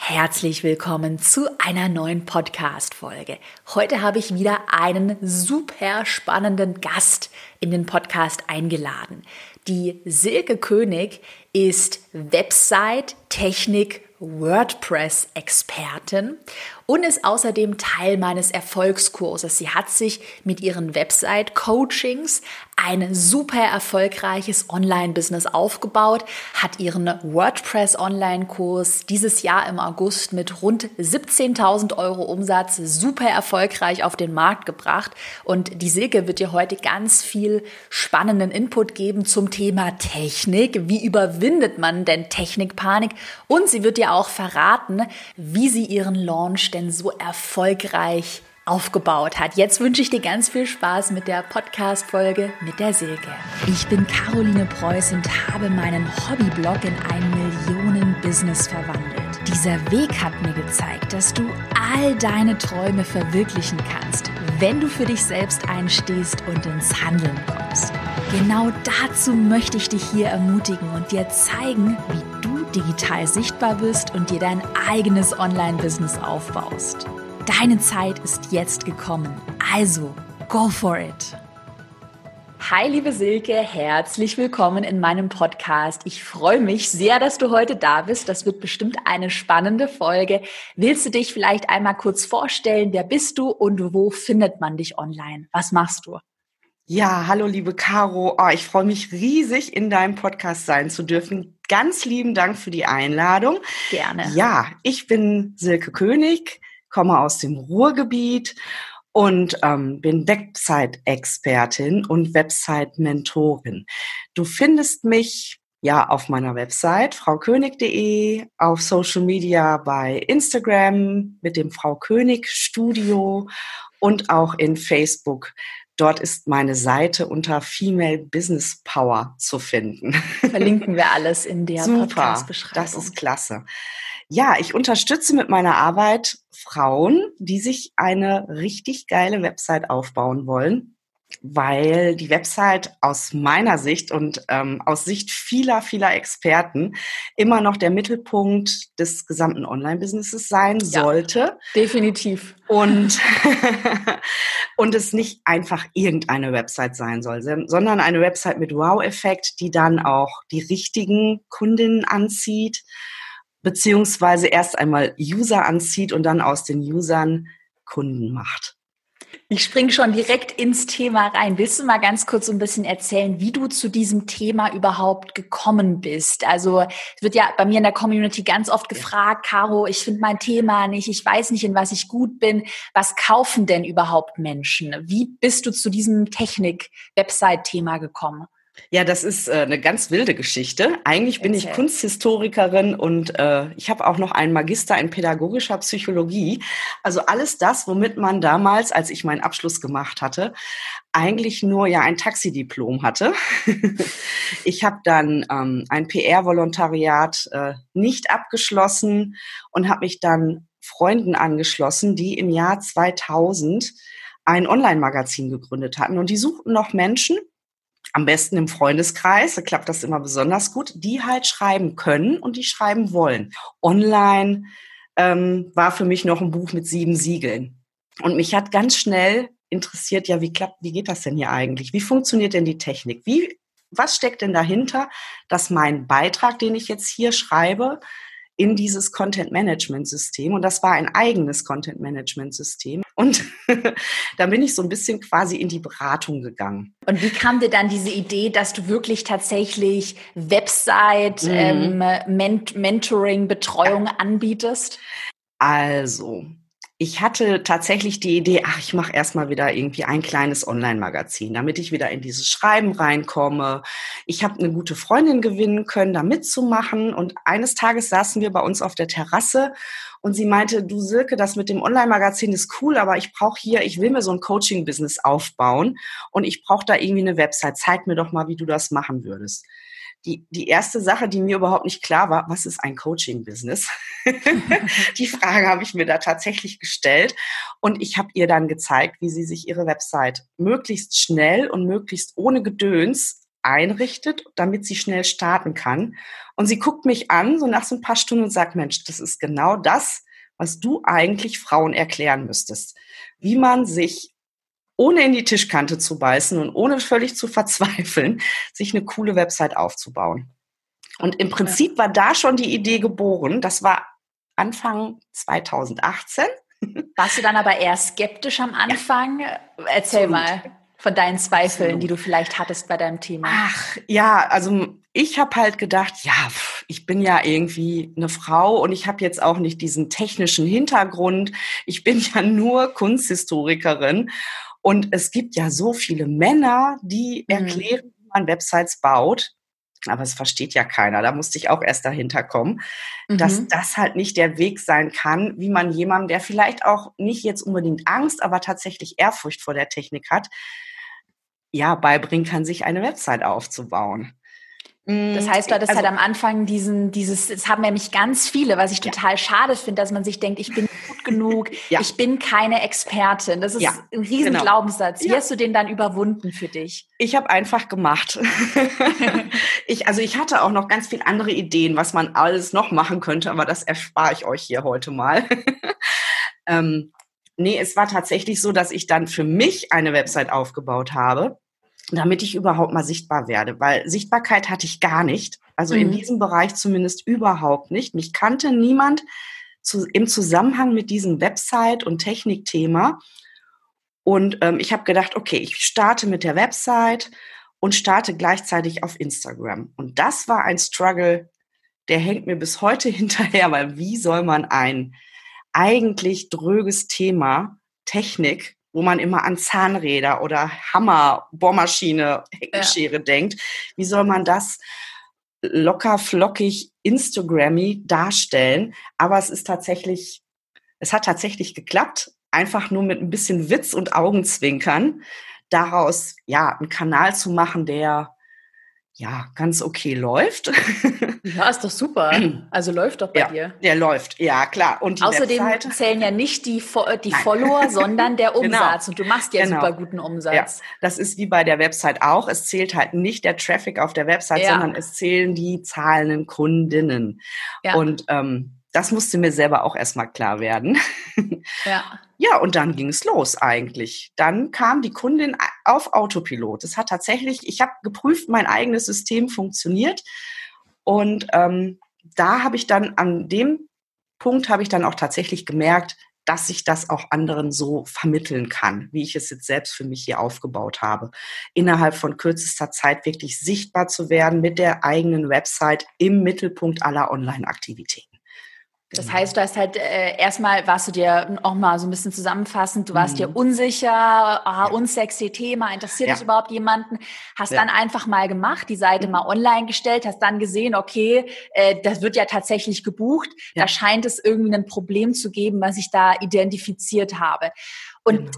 Herzlich willkommen zu einer neuen Podcast-Folge. Heute habe ich wieder einen super spannenden Gast in den Podcast eingeladen. Die Silke König ist Website, Technik, WordPress-Expertin und ist außerdem Teil meines Erfolgskurses. Sie hat sich mit ihren Website-Coachings ein super erfolgreiches Online-Business aufgebaut, hat ihren WordPress-Online-Kurs dieses Jahr im August mit rund 17.000 Euro Umsatz super erfolgreich auf den Markt gebracht. Und die Silke wird dir heute ganz viel spannenden Input geben zum Thema Technik. Wie überwindet man denn Technikpanik? Und sie wird dir auch verraten, wie sie ihren Launch denn so erfolgreich aufgebaut hat. Jetzt wünsche ich dir ganz viel Spaß mit der Podcast-Folge mit der Silke. Ich bin Caroline Preuß und habe meinen Hobbyblog in ein Millionen-Business verwandelt. Dieser Weg hat mir gezeigt, dass du all deine Träume verwirklichen kannst, wenn du für dich selbst einstehst und ins Handeln kommst. Genau dazu möchte ich dich hier ermutigen und dir zeigen, wie du digital sichtbar bist und dir dein eigenes Online-Business aufbaust. Deine Zeit ist jetzt gekommen. Also, go for it! Hi, liebe Silke, herzlich willkommen in meinem Podcast. Ich freue mich sehr, dass du heute da bist. Das wird bestimmt eine spannende Folge. Willst du dich vielleicht einmal kurz vorstellen? Wer bist du und wo findet man dich online? Was machst du? Ja, hallo liebe Caro. Oh, ich freue mich riesig, in deinem Podcast sein zu dürfen. Ganz lieben Dank für die Einladung. Gerne. Ja, ich bin Silke König, komme aus dem Ruhrgebiet und bin Website-Expertin und Website-Mentorin. Du findest mich ja auf meiner Website fraukönig.de, auf Social Media bei Instagram mit dem Frau König Studio und auch in Facebook. Dort ist meine Seite unter Female Business Power zu finden. Verlinken wir alles in der Podcast-Beschreibung. Das ist klasse. Ja, ich unterstütze mit meiner Arbeit Frauen, die sich eine richtig geile Website aufbauen wollen, weil die Website aus meiner Sicht und aus Sicht vieler Experten immer noch der Mittelpunkt des gesamten Online-Businesses sein sollte. Definitiv. Und es nicht einfach irgendeine Website sein soll, sondern eine Website mit Wow-Effekt, die dann auch die richtigen Kundinnen anzieht, beziehungsweise erst einmal User anzieht und dann aus den Usern Kunden macht. Ich springe schon direkt ins Thema rein. Willst du mal ganz kurz so ein bisschen erzählen, wie du zu diesem Thema überhaupt gekommen bist? Also es wird ja bei mir in der Community ganz oft gefragt, Caro, ich finde mein Thema nicht, ich weiß nicht, in was ich gut bin. Was kaufen denn überhaupt Menschen? Wie bist du zu diesem Technik-Website-Thema gekommen? Ja, das ist eine ganz wilde Geschichte. Eigentlich bin ich Kunsthistorikerin und ich habe auch noch einen Magister in pädagogischer Psychologie. Also alles das, womit man damals, als ich meinen Abschluss gemacht hatte, eigentlich nur ein Taxidiplom hatte. Ich habe dann ein PR-Volontariat nicht abgeschlossen und habe mich dann Freunden angeschlossen, die im Jahr 2000 ein Online-Magazin gegründet hatten. Und die suchten noch Menschen, am besten im Freundeskreis, da klappt das immer besonders gut, die halt schreiben können und die schreiben wollen. Online war für mich noch ein Buch mit 7 Siegeln. Und mich hat ganz schnell interessiert, ja, wie geht das denn hier eigentlich? Wie funktioniert denn die Technik? Was steckt denn dahinter, dass mein Beitrag, den ich jetzt hier schreibe, in dieses Content-Management-System, und das war ein eigenes Content-Management-System. Und da bin ich so ein bisschen quasi in die Beratung gegangen. Und wie kam dir dann diese Idee, dass du wirklich tatsächlich Website, Mentoring, Betreuung anbietest? Also, ich hatte tatsächlich die Idee, ich mache erstmal wieder irgendwie ein kleines Online-Magazin, damit ich wieder in dieses Schreiben reinkomme. Ich habe eine gute Freundin gewinnen können, da mitzumachen. Und eines Tages saßen wir bei uns auf der Terrasse und sie meinte, du Silke, das mit dem Online-Magazin ist cool, aber ich will mir so ein Coaching-Business aufbauen und ich brauche da irgendwie eine Website. Zeig mir doch mal, wie du das machen würdest. Die erste Sache, die mir überhaupt nicht klar war, was ist ein Coaching-Business? Die Frage habe ich mir da tatsächlich gestellt und ich habe ihr dann gezeigt, wie sie sich ihre Website möglichst schnell und möglichst ohne Gedöns einrichtet, damit sie schnell starten kann. Und sie guckt mich an, so nach so ein paar Stunden und sagt, Mensch, das ist genau das, was du eigentlich Frauen erklären müsstest. Wie man sich, ohne in die Tischkante zu beißen und ohne völlig zu verzweifeln, sich eine coole Website aufzubauen. Und im Prinzip war da schon die Idee geboren. Das war Anfang 2018. Warst du dann aber eher skeptisch am Anfang? Ja, erzähl mal von deinen Zweifeln, die du vielleicht hattest bei deinem Thema. Ach, ja, also ich habe halt gedacht, ja, ich bin ja irgendwie eine Frau und ich habe jetzt auch nicht diesen technischen Hintergrund. Ich bin ja nur Kunsthistorikerin und es gibt ja so viele Männer, die erklären, wie man Websites baut. Aber es versteht ja keiner. Da musste ich auch erst dahinter kommen, dass das halt nicht der Weg sein kann, wie man jemandem, der vielleicht auch nicht jetzt unbedingt Angst, aber tatsächlich Ehrfurcht vor der Technik hat, ja, beibringen kann, sich eine Website aufzubauen. Das heißt, du hattest halt am Anfang das haben nämlich ganz viele, was ich total schade finde, dass man sich denkt, ich bin gut genug, ich bin keine Expertin. Das ist ein riesen Glaubenssatz. Wie hast du den dann überwunden für dich? Ich habe einfach gemacht. Ich hatte auch noch ganz viele andere Ideen, was man alles noch machen könnte, aber das erspare ich euch hier heute mal. Es war tatsächlich so, dass ich dann für mich eine Website aufgebaut habe, damit ich überhaupt mal sichtbar werde, weil Sichtbarkeit hatte ich gar nicht, also in diesem Bereich zumindest überhaupt nicht. Mich kannte niemand im Zusammenhang mit diesem Website- und Technikthema und ich habe gedacht, okay, ich starte mit der Website und starte gleichzeitig auf Instagram und das war ein Struggle, der hängt mir bis heute hinterher, weil wie soll man ein eigentlich dröges Thema, Technik, wo man immer an Zahnräder oder Hammer, Bohrmaschine, Heckenschere denkt. Wie soll man das locker, flockig, Instagrammy darstellen? Aber es hat tatsächlich geklappt. Einfach nur mit ein bisschen Witz und Augenzwinkern. Daraus, einen Kanal zu machen, der ganz okay läuft. Ja, ist doch super. Also läuft doch bei dir. Der läuft, ja klar. Und die außerdem Webseite zählen ja nicht die Follower, sondern der Umsatz. Und du machst ja super guten Umsatz. Ja, das ist wie bei der Website auch. Es zählt halt nicht der Traffic auf der Website, sondern es zählen die zahlenden Kundinnen. Ja. Und das musste mir selber auch erstmal klar werden. Ja, und dann ging es los eigentlich. Dann kam die Kundin auf Autopilot. Das hat tatsächlich, ich habe geprüft, mein eigenes System funktioniert. Und da habe ich dann, an dem Punkt habe ich dann auch tatsächlich gemerkt, dass ich das auch anderen so vermitteln kann, wie ich es jetzt selbst für mich hier aufgebaut habe. Innerhalb von kürzester Zeit wirklich sichtbar zu werden mit der eigenen Website im Mittelpunkt aller Online-Aktivitäten. Das heißt, du hast halt erstmal, warst du dir auch mal so ein bisschen zusammenfassend, du warst dir unsicher, unsexy Thema, interessiert es überhaupt jemanden? Hast dann einfach mal gemacht, die Seite mal online gestellt, hast dann gesehen, okay, das wird ja tatsächlich gebucht, da scheint es irgendwie ein Problem zu geben, was ich da identifiziert habe. Und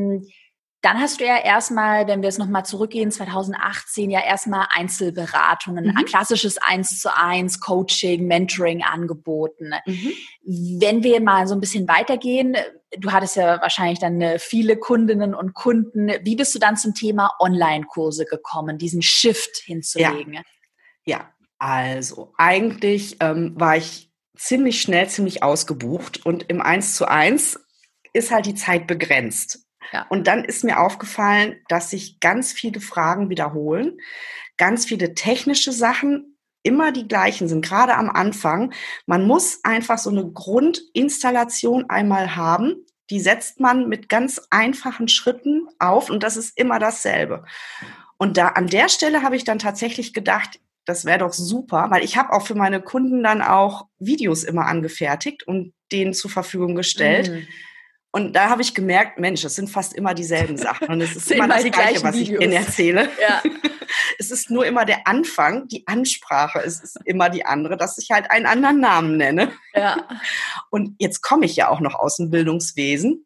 dann hast du ja erstmal, wenn wir jetzt nochmal zurückgehen, 2018 ja erstmal Einzelberatungen, ein klassisches 1:1 Coaching, Mentoring angeboten. Wenn wir mal so ein bisschen weitergehen, du hattest ja wahrscheinlich dann viele Kundinnen und Kunden. Wie bist du dann zum Thema Online-Kurse gekommen, diesen Shift hinzulegen? Ja, also eigentlich war ich ziemlich schnell, ziemlich ausgebucht und im 1:1 ist halt die Zeit begrenzt. Ja. Und dann ist mir aufgefallen, dass sich ganz viele Fragen wiederholen, ganz viele technische Sachen immer die gleichen sind, gerade am Anfang. Man muss einfach so eine Grundinstallation einmal haben, die setzt man mit ganz einfachen Schritten auf und das ist immer dasselbe. Und da an der Stelle habe ich dann tatsächlich gedacht, das wäre doch super, weil ich habe auch für meine Kunden dann auch Videos immer angefertigt und denen zur Verfügung gestellt. Und da habe ich gemerkt, Mensch, das sind fast immer dieselben Sachen. Und es ist immer das Gleiche, was ich Ihnen erzähle. Ja. Es ist nur immer der Anfang, die Ansprache. Es ist immer die andere, dass ich halt einen anderen Namen nenne. Ja. Und jetzt komme ich ja auch noch aus dem Bildungswesen.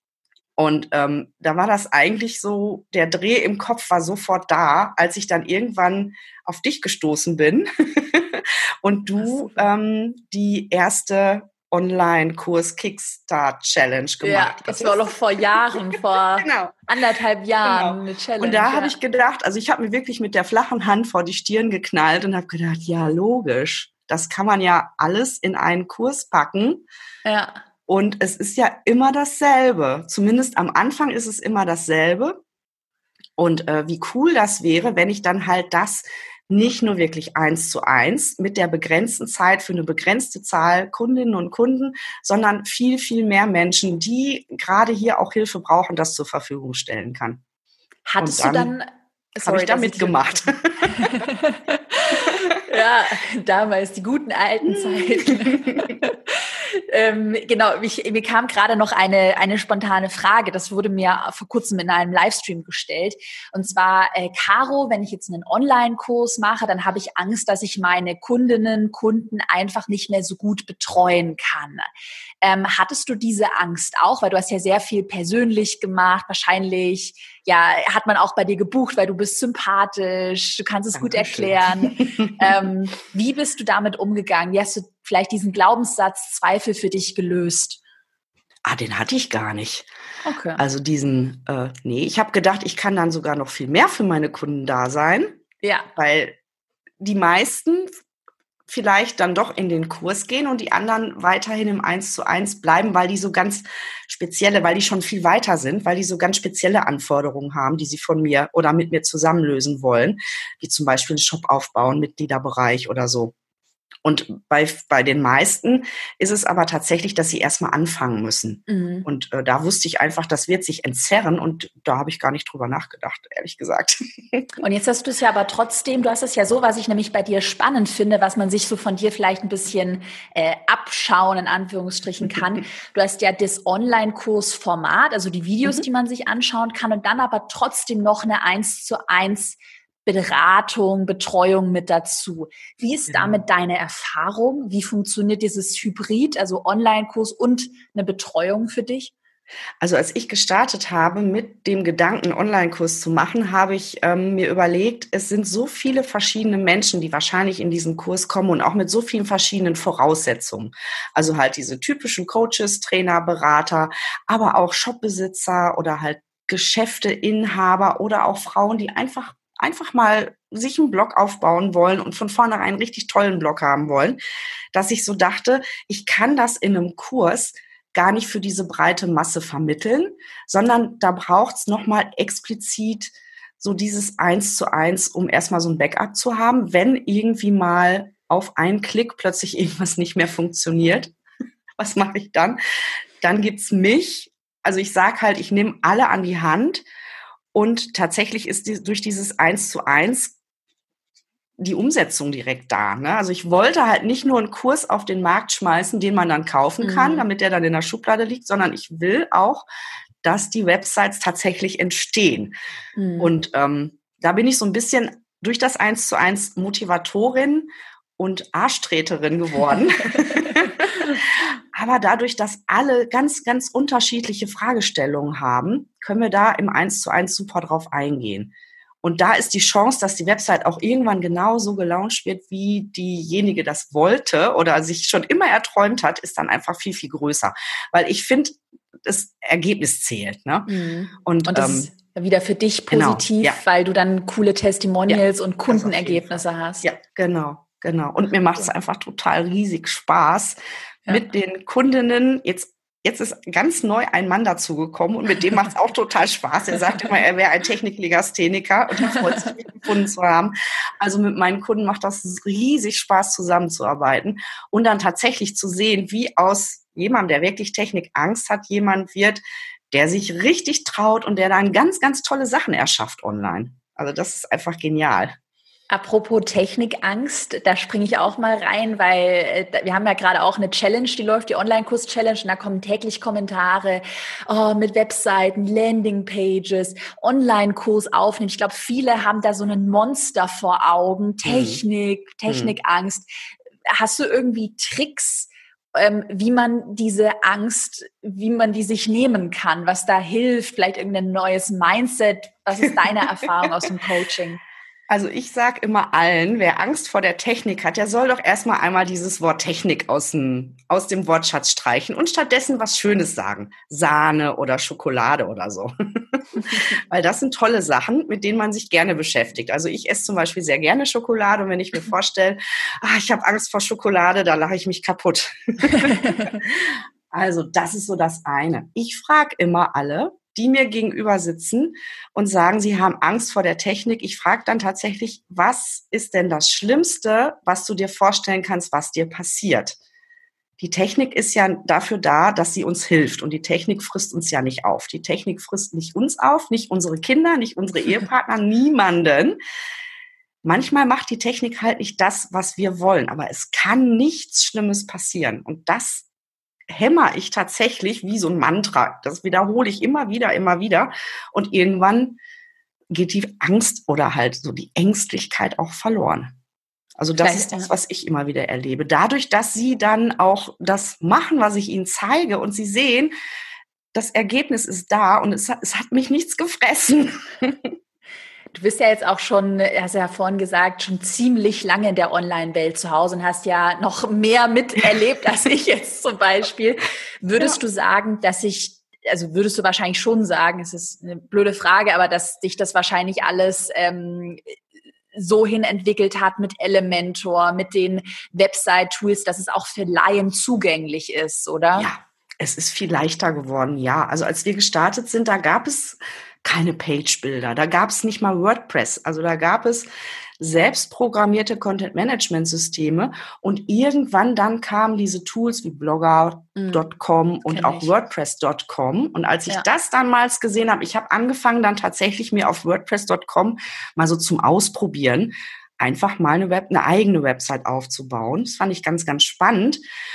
Und da war das eigentlich so, der Dreh im Kopf war sofort da, als ich dann irgendwann auf dich gestoßen bin und du die erste Online-Kurs Kickstart Challenge gemacht. Ja, das war noch vor Jahren, vor genau. 1,5 Jahren Genau. eine Challenge. Und da habe ich gedacht, also ich habe mir wirklich mit der flachen Hand vor die Stirn geknallt und habe gedacht, ja, logisch, das kann man ja alles in einen Kurs packen. Ja. Und es ist ja immer dasselbe. Zumindest am Anfang ist es immer dasselbe. Und wie cool das wäre, wenn ich dann halt das nicht nur wirklich 1:1 mit der begrenzten Zeit für eine begrenzte Zahl Kundinnen und Kunden, sondern viel, viel mehr Menschen, die gerade hier auch Hilfe brauchen, das zur Verfügung stellen kann. Hattest du dann... Habe ich da mitgemacht. Ja, damals die guten alten Zeiten. Genau, mir kam gerade noch eine spontane Frage. Das wurde mir vor kurzem in einem Livestream gestellt. Und zwar, Caro, wenn ich jetzt einen Online-Kurs mache, dann habe ich Angst, dass ich meine Kunden einfach nicht mehr so gut betreuen kann. Hattest du diese Angst auch? Weil du hast ja sehr viel persönlich gemacht. Wahrscheinlich, ja, hat man auch bei dir gebucht, weil du bist sympathisch, du kannst es gut erklären. Wie bist du damit umgegangen? Wie hast du vielleicht diesen Glaubenssatz Zweifel für dich gelöst? Den hatte ich gar nicht. Okay. Also nee, ich habe gedacht, ich kann dann sogar noch viel mehr für meine Kunden da sein. Ja. Weil die meisten vielleicht dann doch in den Kurs gehen und die anderen weiterhin im 1:1 bleiben, weil die so ganz spezielle, weil die schon viel weiter sind, weil die so ganz spezielle Anforderungen haben, die sie von mir oder mit mir zusammenlösen wollen, wie zum Beispiel einen Shop aufbauen, Mitgliederbereich oder so. Und bei den meisten ist es aber tatsächlich, dass sie erstmal anfangen müssen. Mhm. Und da wusste ich einfach, das wird sich entzerren und da habe ich gar nicht drüber nachgedacht, ehrlich gesagt. Und jetzt hast du es ja aber trotzdem, du hast es ja so, was ich nämlich bei dir spannend finde, was man sich so von dir vielleicht ein bisschen abschauen, in Anführungsstrichen kann. Du hast ja das Online-Kursformat, also die Videos, die man sich anschauen kann und dann aber trotzdem noch eine 1:1 Beratung, Betreuung mit dazu. Wie ist damit deine Erfahrung? Wie funktioniert dieses Hybrid, also Online-Kurs und eine Betreuung für dich? Also als ich gestartet habe, mit dem Gedanken, einen Online-Kurs zu machen, habe ich mir überlegt, es sind so viele verschiedene Menschen, die wahrscheinlich in diesen Kurs kommen und auch mit so vielen verschiedenen Voraussetzungen. Also halt diese typischen Coaches, Trainer, Berater, aber auch Shopbesitzer oder halt Geschäfteinhaber oder auch Frauen, die einfach mal sich einen Blog aufbauen wollen und von vornherein einen richtig tollen Blog haben wollen, dass ich so dachte, ich kann das in einem Kurs gar nicht für diese breite Masse vermitteln, sondern da braucht's nochmal explizit so dieses 1:1, um erstmal so ein Backup zu haben, wenn irgendwie mal auf einen Klick plötzlich irgendwas nicht mehr funktioniert. Was mache ich dann? Dann gibt's mich. Also ich sage halt, ich nehme alle an die Hand. Und tatsächlich ist durch dieses 1:1 die Umsetzung direkt da. Ne? Also ich wollte halt nicht nur einen Kurs auf den Markt schmeißen, den man dann kaufen kann, damit der dann in der Schublade liegt, sondern ich will auch, dass die Websites tatsächlich entstehen. Und da bin ich so ein bisschen durch das 1:1 Motivatorin und Arschtreterin geworden. Aber dadurch, dass alle ganz, ganz unterschiedliche Fragestellungen haben, können wir da im 1:1 super drauf eingehen. Und da ist die Chance, dass die Website auch irgendwann genauso gelauncht wird, wie diejenige das wollte oder sich schon immer erträumt hat, ist dann einfach viel, viel größer. Weil ich finde, das Ergebnis zählt. Ne? Und das ist wieder für dich positiv, genau, weil du dann coole Testimonials und Kundenergebnisse hast. Ja, genau. Und mir macht es einfach total riesig Spaß, mit den Kundinnen, jetzt ist ganz neu ein Mann dazugekommen und mit dem macht es auch total Spaß. Er sagt immer, er wäre ein Techniklegastheniker und er freut sich, mich gefunden zu haben. Also mit meinen Kunden macht das riesig Spaß, zusammenzuarbeiten und dann tatsächlich zu sehen, wie aus jemandem, der wirklich Technikangst hat, jemand wird, der sich richtig traut und der dann ganz, ganz tolle Sachen erschafft online. Also das ist einfach genial. Apropos Technikangst, da springe ich auch mal rein, weil wir haben ja gerade auch eine Challenge, die läuft, die Online-Kurs-Challenge, und da kommen täglich Kommentare mit Webseiten, Landingpages, Online-Kurs aufnehmen. Ich glaube, viele haben da so einen Monster vor Augen, Technikangst. Hast du irgendwie Tricks, wie man diese Angst, wie man die sich nehmen kann, was da hilft, vielleicht irgendein neues Mindset? Was ist deine Erfahrung aus dem Coaching? Also ich sage immer allen, wer Angst vor der Technik hat, der soll doch erstmal einmal dieses Wort Technik aus dem Wortschatz streichen und stattdessen was Schönes sagen. Sahne oder Schokolade oder so. Weil das sind tolle Sachen, mit denen man sich gerne beschäftigt. Also ich esse zum Beispiel sehr gerne Schokolade und wenn ich mir vorstelle, ich habe Angst vor Schokolade, da lache ich mich kaputt. Also das ist so das eine. Ich frage immer alle, die mir gegenüber sitzen und sagen, sie haben Angst vor der Technik. Ich frage dann tatsächlich, was ist denn das Schlimmste, was du dir vorstellen kannst, was dir passiert? Die Technik ist ja dafür da, dass sie uns hilft. Und die Technik frisst uns ja nicht auf. Die Technik frisst nicht uns auf, nicht unsere Kinder, nicht unsere Ehepartner, niemanden. Manchmal macht die Technik halt nicht das, was wir wollen. Aber es kann nichts Schlimmes passieren. Und das hämmer ich tatsächlich wie so ein Mantra. Das wiederhole ich immer wieder. Und irgendwann geht die Angst oder halt so die Ängstlichkeit auch verloren. Also das ist das, was ich immer wieder erlebe. Dadurch, dass sie dann auch das machen, was ich ihnen zeige und sie sehen, das Ergebnis ist da und es hat mich nichts gefressen. Du bist ja jetzt auch schon, hast ja vorhin gesagt, schon ziemlich lange in der Online-Welt zu Hause und hast ja noch mehr miterlebt als ich jetzt zum Beispiel. Würdest du sagen, würdest du wahrscheinlich schon sagen, es ist eine blöde Frage, aber dass dich das wahrscheinlich alles so hin entwickelt hat mit Elementor, mit den Website-Tools, dass es auch für Laien zugänglich ist, oder? Ja, es ist viel leichter geworden, ja. Also als wir gestartet sind, da gab es keine Page-Builder, da gab es nicht mal WordPress, also da gab es selbstprogrammierte Content-Management-Systeme und irgendwann dann kamen diese Tools wie Blogger.com und auch WordPress.com und als ich das damals gesehen habe, ich habe angefangen dann tatsächlich mir auf WordPress.com mal so zum Ausprobieren einfach mal eine eigene Website aufzubauen. Das fand ich ganz, ganz spannend.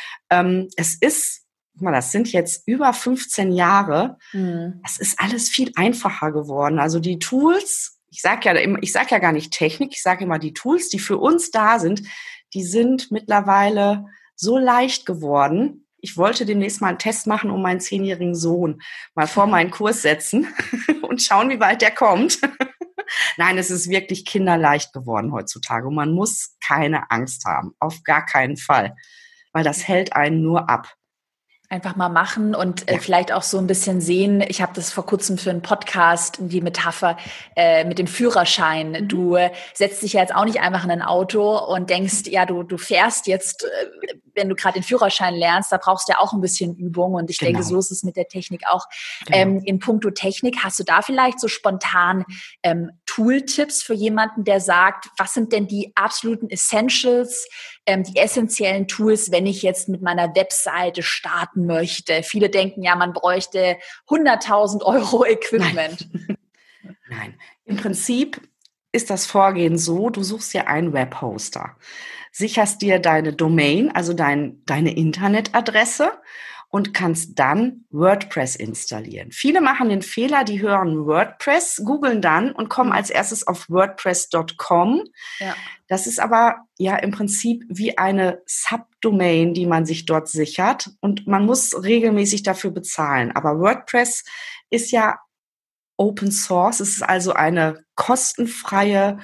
Es ist, guck mal, das sind jetzt über 15 Jahre. Es ist alles viel einfacher geworden. Also die Tools, ich sag ja gar nicht Technik, ich sage immer die Tools, die für uns da sind, die sind mittlerweile so leicht geworden. Ich wollte demnächst mal einen Test machen, um meinen 10-jährigen Sohn mal vor meinen Kurs setzen und schauen, wie weit der kommt. Nein, es ist wirklich kinderleicht geworden heutzutage und man muss keine Angst haben, auf gar keinen Fall, weil das hält einen nur ab. Einfach mal machen und vielleicht auch so ein bisschen sehen. Ich habe das vor kurzem für einen Podcast, die Metapher mit dem Führerschein. Du setzt dich ja jetzt auch nicht einfach in ein Auto und denkst, ja, du fährst jetzt, wenn du gerade den Führerschein lernst, da brauchst du ja auch ein bisschen Übung. Und ich denke, so ist es mit der Technik auch. In puncto Technik, hast du da vielleicht so spontan Tooltips für jemanden, der sagt, was sind denn die absoluten Essentials, die essentiellen Tools, wenn ich jetzt mit meiner Webseite starten möchte? Viele denken ja, man bräuchte 100.000 € Equipment. Nein, im Prinzip ist das Vorgehen so, du suchst dir einen Webhoster, sicherst dir deine Domain, also deine Internetadresse und kannst dann WordPress installieren. Viele machen den Fehler, die hören WordPress, googeln dann und kommen als erstes auf WordPress.com. Ja. Das ist aber ja im Prinzip wie eine Subdomain, die man sich dort sichert und man muss regelmäßig dafür bezahlen. Aber WordPress ist ja Open Source, es ist also eine kostenfreie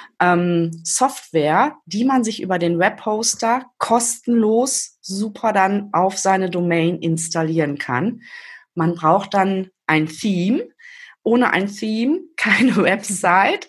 Software, die man sich über den Webhoster kostenlos super dann auf seine Domain installieren kann. Man braucht dann ein Theme. Ohne ein Theme keine Website.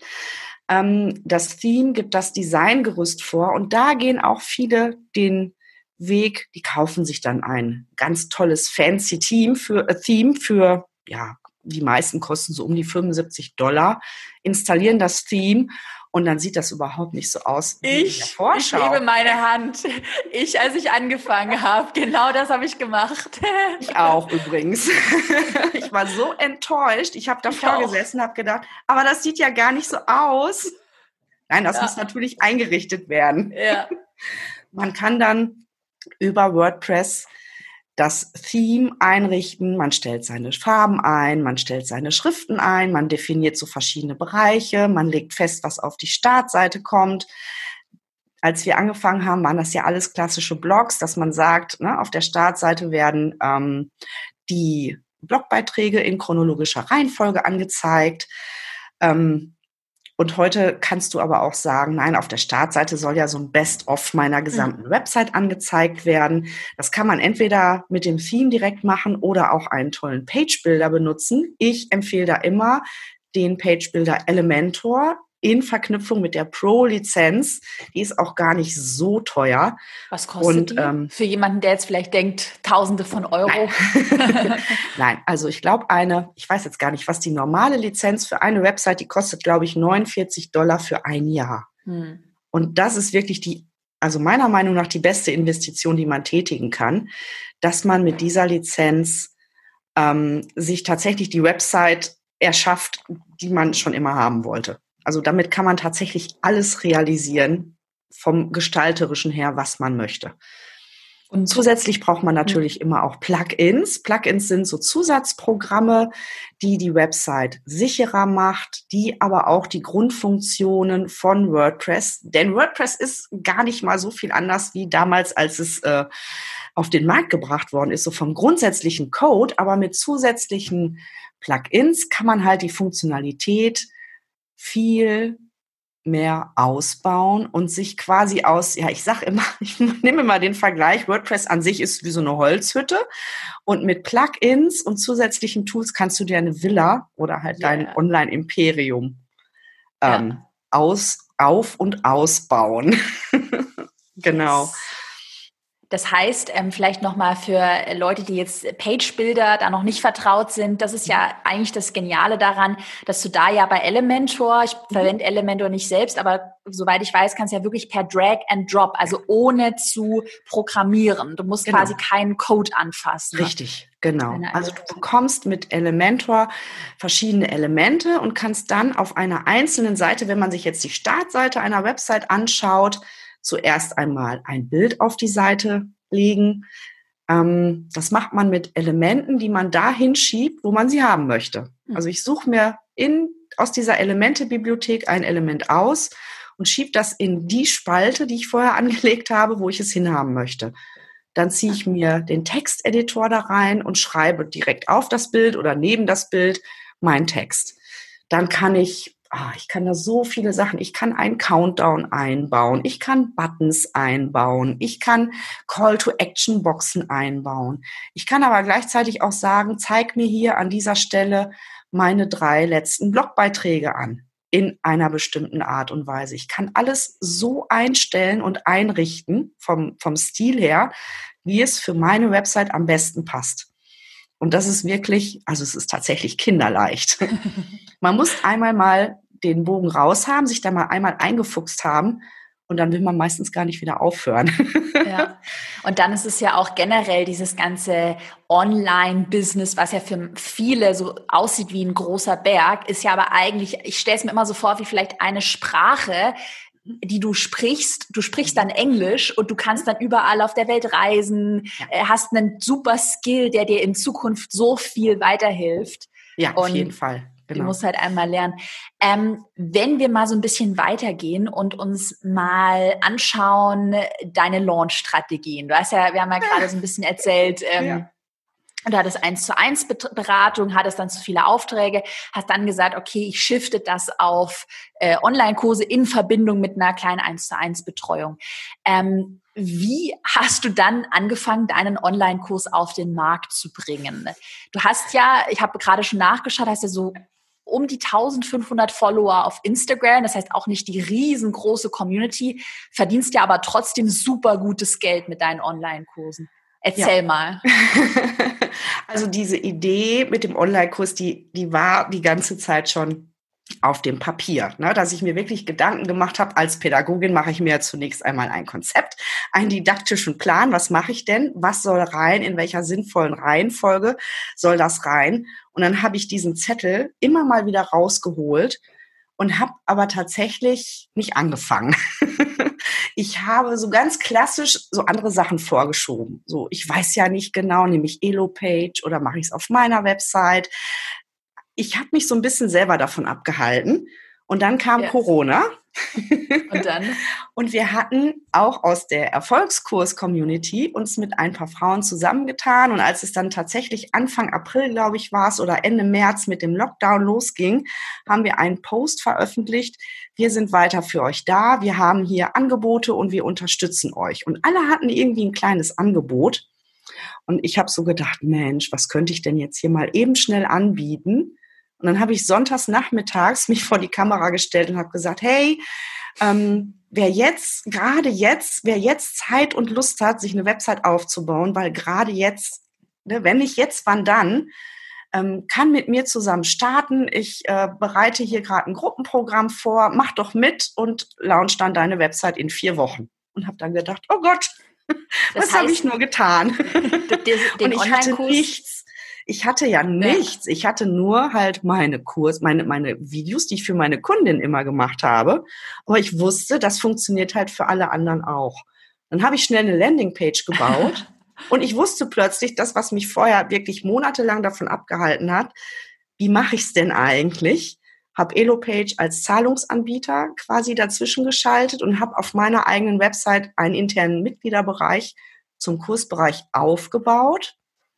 Das Theme gibt das Designgerüst vor und da gehen auch viele den Weg, die kaufen sich dann ein ganz tolles fancy Theme für, ja, die meisten kosten so um die $75, installieren das Theme und dann sieht das überhaupt nicht so aus wie in der Vorschau. Ich hebe meine Hand. Als ich angefangen habe, genau das habe ich gemacht. Ich auch übrigens. Ich war so enttäuscht. Ich habe davor gesessen und habe gedacht, aber das sieht ja gar nicht so aus. Nein, das muss natürlich eingerichtet werden. Ja. Man kann dann über WordPress das Theme einrichten, man stellt seine Farben ein, man stellt seine Schriften ein, man definiert so verschiedene Bereiche, man legt fest, was auf die Startseite kommt. Als wir angefangen haben, waren das ja alles klassische Blogs, dass man sagt, ne, auf der Startseite werden die Blogbeiträge in chronologischer Reihenfolge angezeigt. Und heute kannst du aber auch sagen, nein, auf der Startseite soll ja so ein Best-of meiner gesamten Website angezeigt werden. Das kann man entweder mit dem Theme direkt machen oder auch einen tollen Page-Builder benutzen. Ich empfehle da immer den Page-Builder Elementor in Verknüpfung mit der Pro-Lizenz. Die ist auch gar nicht so teuer. Was kostet die? Für jemanden, der jetzt vielleicht denkt, Tausende von Euro. Nein, also ich glaube ich weiß jetzt gar nicht, was die normale Lizenz für eine Website, die kostet, glaube ich, $49 für ein Jahr. Und das ist wirklich also meiner Meinung nach die beste Investition, die man tätigen kann, dass man mit dieser Lizenz sich tatsächlich die Website erschafft, die man schon immer haben wollte. Also damit kann man tatsächlich alles realisieren, vom Gestalterischen her, was man möchte. Und zusätzlich braucht man natürlich immer auch Plugins. Plugins sind so Zusatzprogramme, die die Website sicherer macht, die aber auch die Grundfunktionen von WordPress, denn WordPress ist gar nicht mal so viel anders wie damals, als es auf den Markt gebracht worden ist, so vom grundsätzlichen Code, aber mit zusätzlichen Plugins kann man halt die Funktionalität viel mehr ausbauen und sich quasi ich nehme immer den Vergleich, WordPress an sich ist wie so eine Holzhütte und mit Plugins und zusätzlichen Tools kannst du dir eine Villa oder halt dein Online-Imperium auf- und ausbauen. Genau. Das heißt, vielleicht nochmal für Leute, die jetzt Page-Builder da noch nicht vertraut sind, das ist ja eigentlich das Geniale daran, dass du da ja bei Elementor, ich verwende Elementor nicht selbst, aber soweit ich weiß, kannst du ja wirklich per Drag and Drop, also ohne zu programmieren. Du musst quasi keinen Code anfassen. Richtig, genau. Also du bekommst mit Elementor verschiedene Elemente und kannst dann auf einer einzelnen Seite, wenn man sich jetzt die Startseite einer Website anschaut, zuerst einmal ein Bild auf die Seite legen. Das macht man mit Elementen, die man da hinschiebt, wo man sie haben möchte. Also ich suche mir aus dieser Elemente-Bibliothek ein Element aus und schiebe das in die Spalte, die ich vorher angelegt habe, wo ich es hinhaben möchte. Dann ziehe ich mir den Texteditor da rein und schreibe direkt auf das Bild oder neben das Bild meinen Text. Dann kann ich kann da so viele Sachen. Ich kann einen Countdown einbauen. Ich kann Buttons einbauen. Ich kann Call-to-Action-Boxen einbauen. Ich kann aber gleichzeitig auch sagen, zeig mir hier an dieser Stelle meine 3 letzten Blogbeiträge an. In einer bestimmten Art und Weise. Ich kann alles so einstellen und einrichten vom Stil her, wie es für meine Website am besten passt. Und das ist wirklich, also es ist tatsächlich kinderleicht. Man muss einmal mal den Bogen raus haben, sich da mal einmal eingefuchst haben und dann will man meistens gar nicht wieder aufhören. Ja. Und dann ist es ja auch generell dieses ganze Online-Business, was ja für viele so aussieht wie ein großer Berg, ist ja aber eigentlich, ich stelle es mir immer so vor, wie vielleicht eine Sprache, die du sprichst dann Englisch und du kannst dann überall auf der Welt reisen, hast einen super Skill, der dir in Zukunft so viel weiterhilft. Ja, auf jeden Fall. Genau. Du musst halt einmal lernen. Wenn wir mal so ein bisschen weitergehen und uns mal anschauen, deine Launch-Strategien. Wir haben ja gerade so ein bisschen erzählt, du hattest 1:1 Beratung, hattest dann zu viele Aufträge, hast dann gesagt, okay, ich shifte das auf Online-Kurse in Verbindung mit einer kleinen 1:1 Betreuung. Wie hast du dann angefangen, deinen Online-Kurs auf den Markt zu bringen? Du hast ja, ich habe gerade schon nachgeschaut, hast ja so um die 1500 Follower auf Instagram, das heißt auch nicht die riesengroße Community, verdienst ja aber trotzdem super gutes Geld mit deinen Online-Kursen. Erzähl mal. Also diese Idee mit dem Online-Kurs, die war die ganze Zeit schon auf dem Papier, ne? Dass ich mir wirklich Gedanken gemacht habe, als Pädagogin mache ich mir ja zunächst einmal ein Konzept, einen didaktischen Plan, was mache ich denn, was soll rein, in welcher sinnvollen Reihenfolge soll das rein? Und dann habe ich diesen Zettel immer mal wieder rausgeholt und habe aber tatsächlich nicht angefangen. Ich habe so ganz klassisch so andere Sachen vorgeschoben. So, ich weiß ja nicht genau, nehme ich Elo-Page oder mache ich es auf meiner Website? Ich habe mich so ein bisschen selber davon abgehalten. Und dann kam Corona Und dann? Und wir hatten auch aus der Erfolgskurs-Community uns mit ein paar Frauen zusammengetan. Und als es dann tatsächlich Anfang April, glaube ich, war es, oder Ende März mit dem Lockdown losging, haben wir einen Post veröffentlicht. Wir sind weiter für euch da. Wir haben hier Angebote und wir unterstützen euch. Und alle hatten irgendwie ein kleines Angebot. Und ich habe so gedacht, Mensch, was könnte ich denn jetzt hier mal eben schnell anbieten? Und dann habe ich sonntags nachmittags mich vor die Kamera gestellt und habe gesagt, hey, wer jetzt Zeit und Lust hat, sich eine Website aufzubauen, weil gerade jetzt, ne, wenn nicht jetzt, wann dann, kann mit mir zusammen starten. Ich bereite hier gerade ein Gruppenprogramm vor, mach doch mit und launch dann deine Website in 4 Wochen. Und habe dann gedacht, oh Gott, was habe ich nur getan? Und ich hatte nichts. Ich hatte ja nichts. Ja. Ich hatte nur halt meine Videos, die ich für meine Kundin immer gemacht habe. Aber ich wusste, das funktioniert halt für alle anderen auch. Dann habe ich schnell eine Landingpage gebaut und ich wusste plötzlich, das, was mich vorher wirklich monatelang davon abgehalten hat, wie mache ich es denn eigentlich? Habe Elopage als Zahlungsanbieter quasi dazwischen geschaltet und habe auf meiner eigenen Website einen internen Mitgliederbereich zum Kursbereich aufgebaut.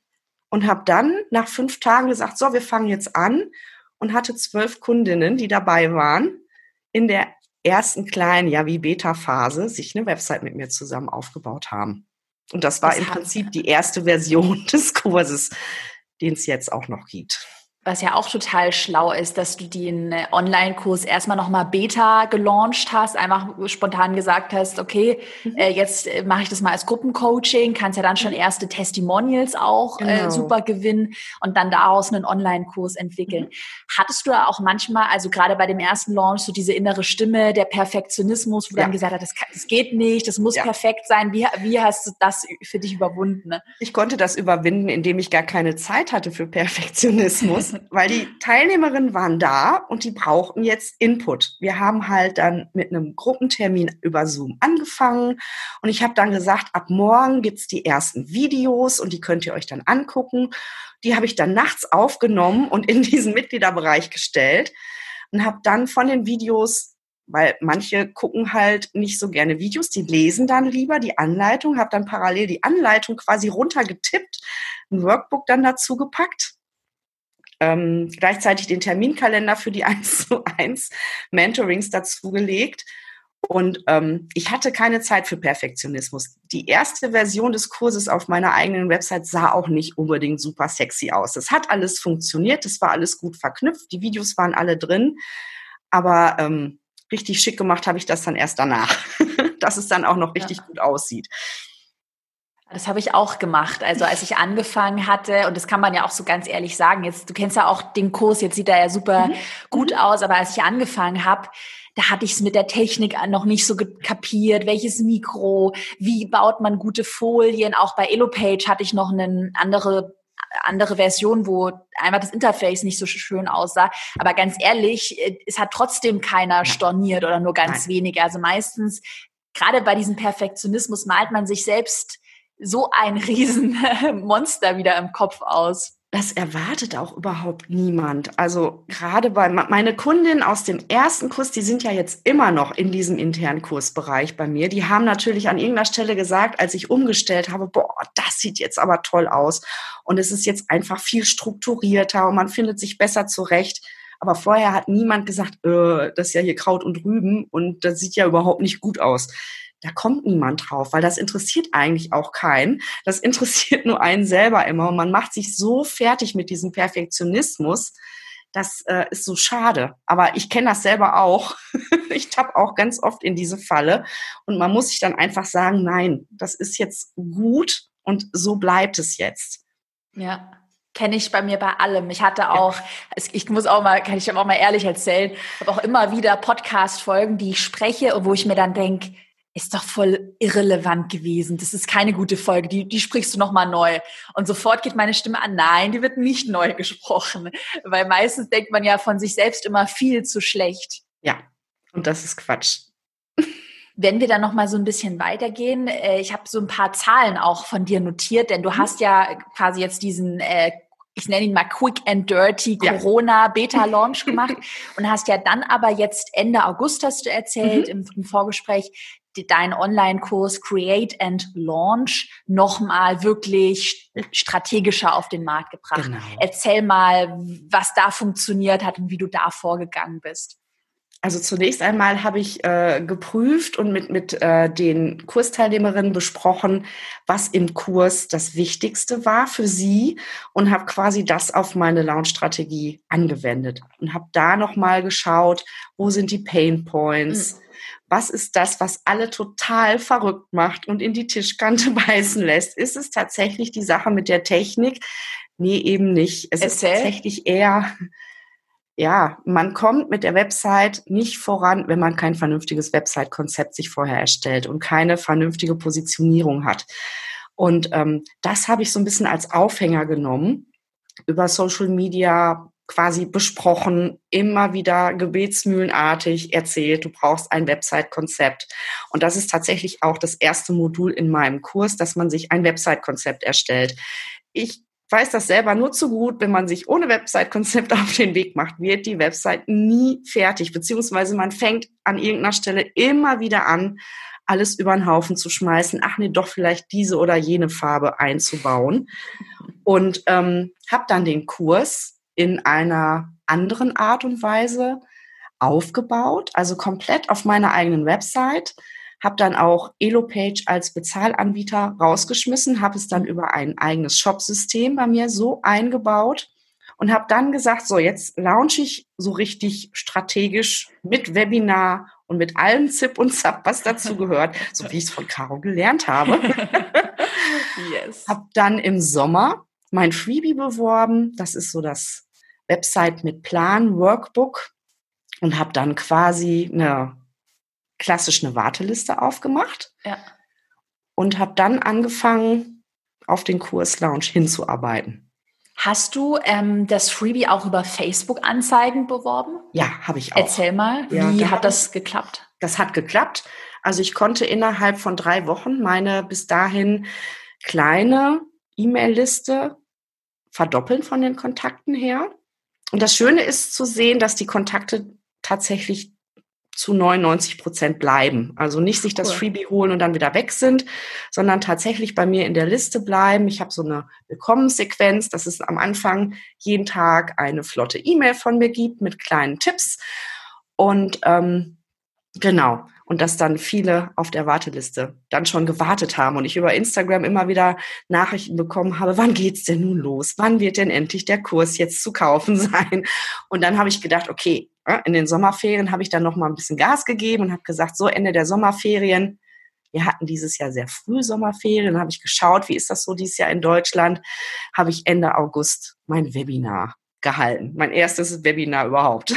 Und habe dann nach 5 Tagen gesagt, so, wir fangen jetzt an und hatte 12 Kundinnen, die dabei waren, in der ersten kleinen, wie Beta-Phase, sich eine Website mit mir zusammen aufgebaut haben. Und das war im Prinzip die erste Version des Kurses, den es jetzt auch noch gibt. Was ja auch total schlau ist, dass du den Online-Kurs erstmal nochmal Beta gelauncht hast, einfach spontan gesagt hast, okay, jetzt mache ich das mal als Gruppencoaching, kannst ja dann schon erste Testimonials auch super gewinnen und dann daraus einen Online-Kurs entwickeln. Hattest du auch manchmal, also gerade bei dem ersten Launch, so diese innere Stimme, der Perfektionismus, wo dann gesagt hat, das geht nicht, das muss perfekt sein. Wie hast du das für dich überwunden? Ne? Ich konnte das überwinden, indem ich gar keine Zeit hatte für Perfektionismus. Weil die Teilnehmerinnen waren da und die brauchten jetzt Input. Wir haben halt dann mit einem Gruppentermin über Zoom angefangen und ich habe dann gesagt, ab morgen gibt's die ersten Videos und die könnt ihr euch dann angucken. Die habe ich dann nachts aufgenommen und in diesen Mitgliederbereich gestellt und habe dann von den Videos, weil manche gucken halt nicht so gerne Videos, die lesen dann lieber die Anleitung, habe dann parallel die Anleitung quasi runtergetippt, ein Workbook dann dazu gepackt. Gleichzeitig den Terminkalender für die 1:1 Mentorings dazugelegt. Und ich hatte keine Zeit für Perfektionismus. Die erste Version des Kurses auf meiner eigenen Website sah auch nicht unbedingt super sexy aus. Das hat alles funktioniert, das war alles gut verknüpft, die Videos waren alle drin. Aber richtig schick gemacht habe ich das dann erst danach, dass es dann auch noch richtig gut aussieht. Das habe ich auch gemacht. Also als ich angefangen hatte, und das kann man ja auch so ganz ehrlich sagen, jetzt, du kennst ja auch den Kurs, jetzt sieht er ja super gut aus, aber als ich angefangen habe, da hatte ich es mit der Technik noch nicht so kapiert, welches Mikro, wie baut man gute Folien. Auch bei Elopage hatte ich noch eine andere Version, wo einfach das Interface nicht so schön aussah. Aber ganz ehrlich, es hat trotzdem keiner storniert oder nur ganz wenige. Also meistens, gerade bei diesem Perfektionismus, malt man sich selbst so ein Riesenmonster wieder im Kopf aus. Das erwartet auch überhaupt niemand. Also gerade bei meine Kundinnen aus dem ersten Kurs, die sind ja jetzt immer noch in diesem internen Kursbereich bei mir. Die haben natürlich an irgendeiner Stelle gesagt, als ich umgestellt habe, boah, das sieht jetzt aber toll aus. Und es ist jetzt einfach viel strukturierter und man findet sich besser zurecht. Aber vorher hat niemand gesagt, das ist ja hier Kraut und Rüben und das sieht ja überhaupt nicht gut aus. Da kommt niemand drauf, weil das interessiert eigentlich auch keinen. Das interessiert nur einen selber immer. Und man macht sich so fertig mit diesem Perfektionismus. Das ist so schade. Aber ich kenne das selber auch. Ich tappe auch ganz oft in diese Falle. Und man muss sich dann einfach sagen, nein, das ist jetzt gut und so bleibt es jetzt. Ja. Kenne ich bei mir bei allem. Ich hatte auch, kann ich auch mal ehrlich erzählen, habe auch immer wieder Podcast-Folgen, die ich spreche und wo ich mir dann denke, ist doch voll irrelevant gewesen. Das ist keine gute Folge. Die sprichst du nochmal neu. Und sofort geht meine Stimme an. Nein, die wird nicht neu gesprochen. Weil meistens denkt man ja von sich selbst immer viel zu schlecht. Ja, und das ist Quatsch. Wenn wir dann nochmal so ein bisschen weitergehen, ich habe so ein paar Zahlen auch von dir notiert, denn du hast ja quasi jetzt diesen ich nenne ihn mal Quick and Dirty Corona-Beta-Launch gemacht und hast ja dann aber jetzt Ende August, hast du erzählt im Vorgespräch, deinen Online-Kurs Create and Launch nochmal wirklich strategischer auf den Markt gebracht. Genau. Erzähl mal, was da funktioniert hat und wie du da vorgegangen bist. Also zunächst einmal habe ich geprüft und mit den Kursteilnehmerinnen besprochen, was im Kurs das Wichtigste war für sie und habe quasi das auf meine Launch-Strategie angewendet und habe da nochmal geschaut, wo sind die Pain Points, was ist das, was alle total verrückt macht und in die Tischkante beißen lässt. Ist es tatsächlich die Sache mit der Technik? Nee, eben nicht. Es ist tatsächlich eher... Ja, man kommt mit der Website nicht voran, wenn man kein vernünftiges Website-Konzept sich vorher erstellt und keine vernünftige Positionierung hat. Und das habe ich so ein bisschen als Aufhänger genommen, über Social Media quasi besprochen, immer wieder gebetsmühlenartig erzählt, du brauchst ein Website-Konzept. Und das ist tatsächlich auch das erste Modul in meinem Kurs, dass man sich ein Website-Konzept erstellt. Ich weiß das selber nur zu gut, wenn man sich ohne Website-Konzept auf den Weg macht, wird die Website nie fertig, beziehungsweise man fängt an irgendeiner Stelle immer wieder an, alles über den Haufen zu schmeißen, ach nee, doch vielleicht diese oder jene Farbe einzubauen und habe dann den Kurs in einer anderen Art und Weise aufgebaut, also komplett auf meiner eigenen Website, habe dann auch Elopage als Bezahlanbieter rausgeschmissen, habe es dann über ein eigenes Shopsystem bei mir so eingebaut und habe dann gesagt, so jetzt launche ich so richtig strategisch mit Webinar und mit allem Zip und Zap, was dazu gehört, so wie ich es von Caro gelernt habe. Yes. Habe dann im Sommer mein Freebie beworben, das ist so das Website mit Plan, Workbook und habe dann quasi eine Warteliste aufgemacht und habe dann angefangen, auf den Kurs Launch hinzuarbeiten. Hast du das Freebie auch über Facebook-Anzeigen beworben? Ja, habe ich auch. Erzähl mal, wie hat das geklappt? Das hat geklappt. Also ich konnte innerhalb von 3 Wochen meine bis dahin kleine E-Mail-Liste verdoppeln von den Kontakten her. Und das Schöne ist zu sehen, dass die Kontakte tatsächlich zu 99% bleiben. Also nicht sich das Freebie holen und dann wieder weg sind, sondern tatsächlich bei mir in der Liste bleiben. Ich habe so eine Willkommenssequenz, dass es am Anfang jeden Tag eine flotte E-Mail von mir gibt mit kleinen Tipps. Und genau. Und dass dann viele auf der Warteliste dann schon gewartet haben und ich über Instagram immer wieder Nachrichten bekommen habe, wann geht's denn nun los? Wann wird denn endlich der Kurs jetzt zu kaufen sein? Und dann habe ich gedacht, okay, in den Sommerferien habe ich dann noch mal ein bisschen Gas gegeben und habe gesagt, so Ende der Sommerferien, wir hatten dieses Jahr sehr früh Sommerferien, dann habe ich geschaut, wie ist das so dieses Jahr in Deutschland, habe ich Ende August mein Webinar gehalten. Mein erstes Webinar überhaupt.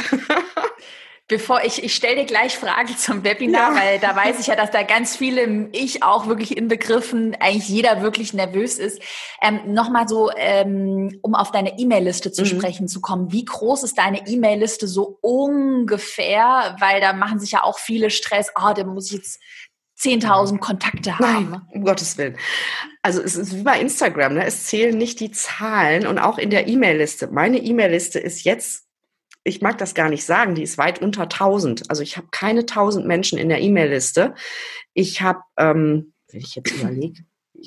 Bevor ich stelle dir gleich Fragen zum Webinar, weil da weiß ich ja, dass da ganz viele, ich auch wirklich inbegriffen, eigentlich jeder wirklich nervös ist. Nochmal so, um auf deine E-Mail-Liste zu sprechen zu kommen. Wie groß ist deine E-Mail-Liste so ungefähr? Weil da machen sich ja auch viele Stress. Da muss ich jetzt 10.000 Kontakte haben. Nein, um Gottes Willen. Also es ist wie bei Instagram, ne? Es zählen nicht die Zahlen und auch in der E-Mail-Liste. Meine E-Mail-Liste ist jetzt, ich mag das gar nicht sagen, die ist weit unter 1.000. Also ich habe keine 1.000 Menschen in der E-Mail-Liste. Ich habe, wenn ich jetzt überlege,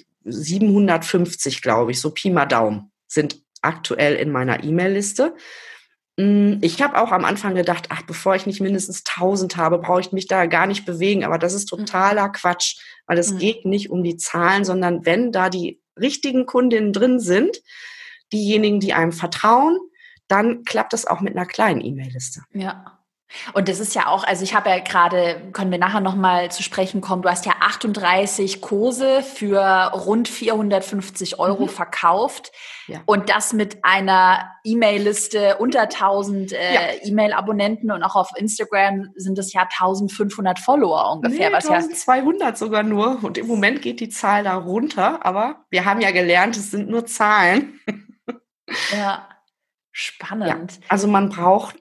750, glaube ich, so Pi mal Daumen sind aktuell in meiner E-Mail-Liste. Ich habe auch am Anfang gedacht, bevor ich nicht mindestens 1.000 habe, brauche ich mich da gar nicht bewegen. Aber das ist totaler Quatsch, weil es geht nicht um die Zahlen, sondern wenn da die richtigen Kundinnen drin sind, diejenigen, die einem vertrauen, dann klappt das auch mit einer kleinen E-Mail-Liste. Ja. Und das ist ja auch, also ich habe ja gerade, können wir nachher nochmal zu sprechen kommen, du hast ja 38 Kurse für rund 450 € verkauft. Ja. Und das mit einer E-Mail-Liste unter 1.000 E-Mail-Abonnenten und auch auf Instagram sind es ja 1.500 Follower ungefähr. Nee, 1.200 sogar nur. Und im Moment geht die Zahl da runter. Aber wir haben ja gelernt, es sind nur Zahlen. Ja, spannend. Ja, also man braucht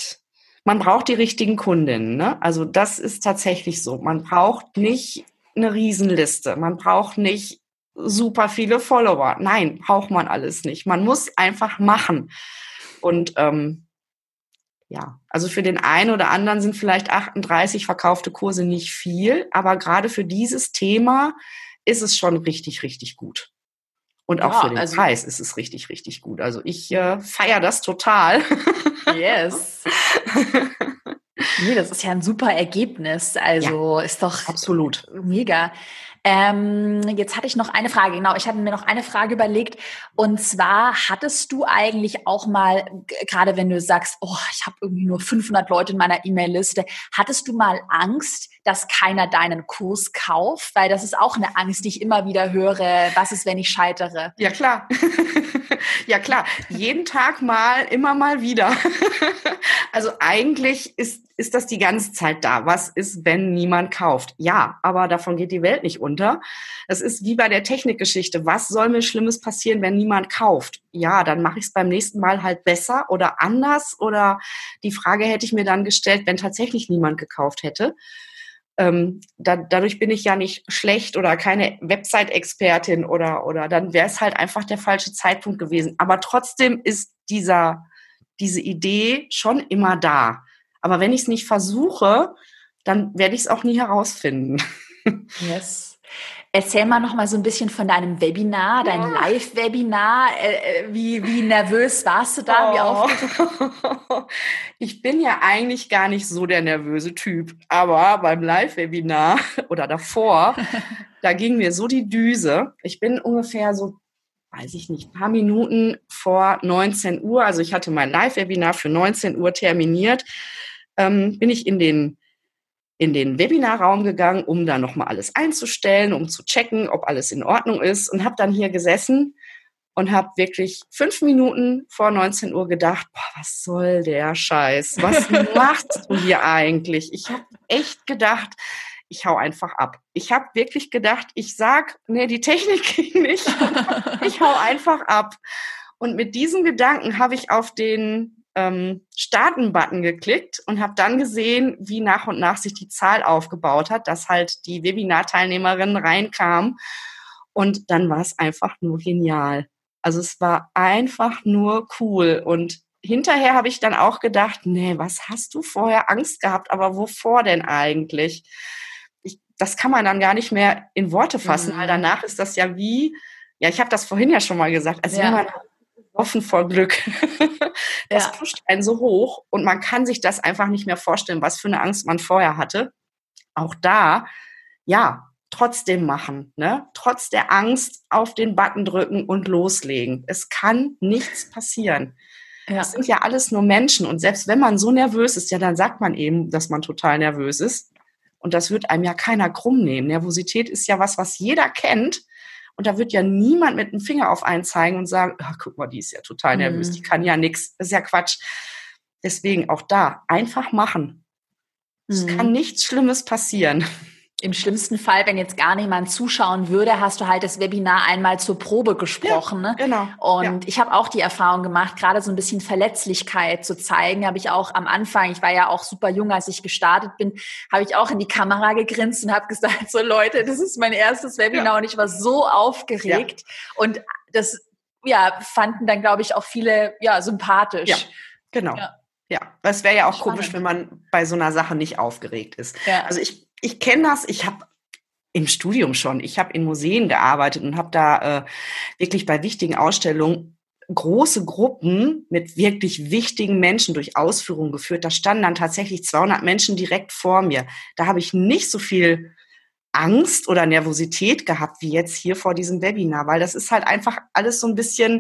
die richtigen Kundinnen, ne? Also das ist tatsächlich so. Man braucht nicht eine Riesenliste. Man braucht nicht super viele Follower. Nein, braucht man alles nicht. Man muss einfach machen. Und ja, also für den einen oder anderen sind vielleicht 38 verkaufte Kurse nicht viel, aber gerade für dieses Thema ist es schon richtig, richtig gut. Und auch für den Preis ist es richtig, richtig gut. Also ich feiere das total. Yes. Nee, das ist ja ein super Ergebnis. Also ist doch absolut mega. Jetzt hatte ich noch eine Frage. Genau, ich hatte mir noch eine Frage überlegt. Und zwar, hattest du eigentlich auch mal, gerade wenn du sagst, oh, ich habe irgendwie nur 500 Leute in meiner E-Mail-Liste, hattest du mal Angst, dass keiner deinen Kurs kauft? Weil das ist auch eine Angst, die ich immer wieder höre. Was ist, wenn ich scheitere? Ja, klar. Ja, klar. Jeden Tag mal, immer mal wieder. Also eigentlich ist das die ganze Zeit da. Was ist, wenn niemand kauft? Ja, aber davon geht die Welt nicht unter. Das ist wie bei der Technikgeschichte. Was soll mir Schlimmes passieren, wenn niemand kauft? Ja, dann mache ich es beim nächsten Mal halt besser oder anders. Oder die Frage hätte ich mir dann gestellt, wenn tatsächlich niemand gekauft hätte. Dadurch bin ich ja nicht schlecht oder keine Website-Expertin oder dann wäre es halt einfach der falsche Zeitpunkt gewesen. Aber trotzdem ist diese Idee schon immer da. Aber wenn ich es nicht versuche, dann werde ich es auch nie herausfinden. Yes. Erzähl mal noch mal so ein bisschen von deinem Webinar, dein Live-Webinar. Wie nervös warst du da? Wie aufgeregt? Ich bin ja eigentlich gar nicht so der nervöse Typ. Aber beim Live-Webinar oder davor, da ging mir so die Düse. Ich bin ungefähr so, weiß ich nicht, ein paar Minuten vor 19 Uhr, also ich hatte mein Live-Webinar für 19 Uhr terminiert, bin ich in den Webinarraum gegangen, um da nochmal alles einzustellen, um zu checken, ob alles in Ordnung ist und habe dann hier gesessen und habe wirklich 5 Minuten vor 19 Uhr gedacht, boah, was soll der Scheiß? Was machst du hier eigentlich? Ich habe echt gedacht, ich hau einfach ab. Ich habe wirklich gedacht, die Technik ging nicht. Ich hau einfach ab. Und mit diesem Gedanken habe ich auf den Starten-Button geklickt und habe dann gesehen, wie nach und nach sich die Zahl aufgebaut hat, dass halt die Webinar-Teilnehmerinnen reinkamen. Und dann war es einfach nur genial. Also es war einfach nur cool. Und hinterher habe ich dann auch gedacht, nee, was hast du vorher Angst gehabt? Aber wovor denn eigentlich? Das kann man dann gar nicht mehr in Worte fassen, weil danach ist das ja ich habe das vorhin ja schon mal gesagt, als wenn man offen vor Glück. Das pusht einen so hoch und man kann sich das einfach nicht mehr vorstellen, was für eine Angst man vorher hatte. Auch da, trotzdem machen, ne? Trotz der Angst auf den Button drücken und loslegen. Es kann nichts passieren. Das sind ja alles nur Menschen und selbst wenn man so nervös ist, dann sagt man eben, dass man total nervös ist. Und das wird einem ja keiner krumm nehmen. Nervosität ist ja was jeder kennt. Und da wird ja niemand mit dem Finger auf einen zeigen und sagen, guck mal, die ist ja total nervös, die kann ja nichts. Das ist ja Quatsch. Deswegen auch da, einfach machen. Es kann nichts Schlimmes passieren. Im schlimmsten Fall, wenn jetzt gar niemand zuschauen würde, hast du halt das Webinar einmal zur Probe gesprochen. Ja, genau. Und ich habe auch die Erfahrung gemacht, gerade so ein bisschen Verletzlichkeit zu zeigen, habe ich auch am Anfang, ich war ja auch super jung, als ich gestartet bin, habe ich auch in die Kamera gegrinst und habe gesagt, so Leute, das ist mein erstes Webinar und ich war so aufgeregt. Und das fanden dann, glaube ich, auch viele sympathisch. Ja, genau. Ja, das wäre ja auch komisch, wenn man bei so einer Sache nicht aufgeregt ist. Ja. Also ich kenne das, ich habe im Studium schon, ich habe in Museen gearbeitet und habe da wirklich bei wichtigen Ausstellungen große Gruppen mit wirklich wichtigen Menschen durch Ausführungen geführt. Da standen dann tatsächlich 200 Menschen direkt vor mir. Da habe ich nicht so viel Angst oder Nervosität gehabt wie jetzt hier vor diesem Webinar, weil das ist halt einfach alles so ein bisschen,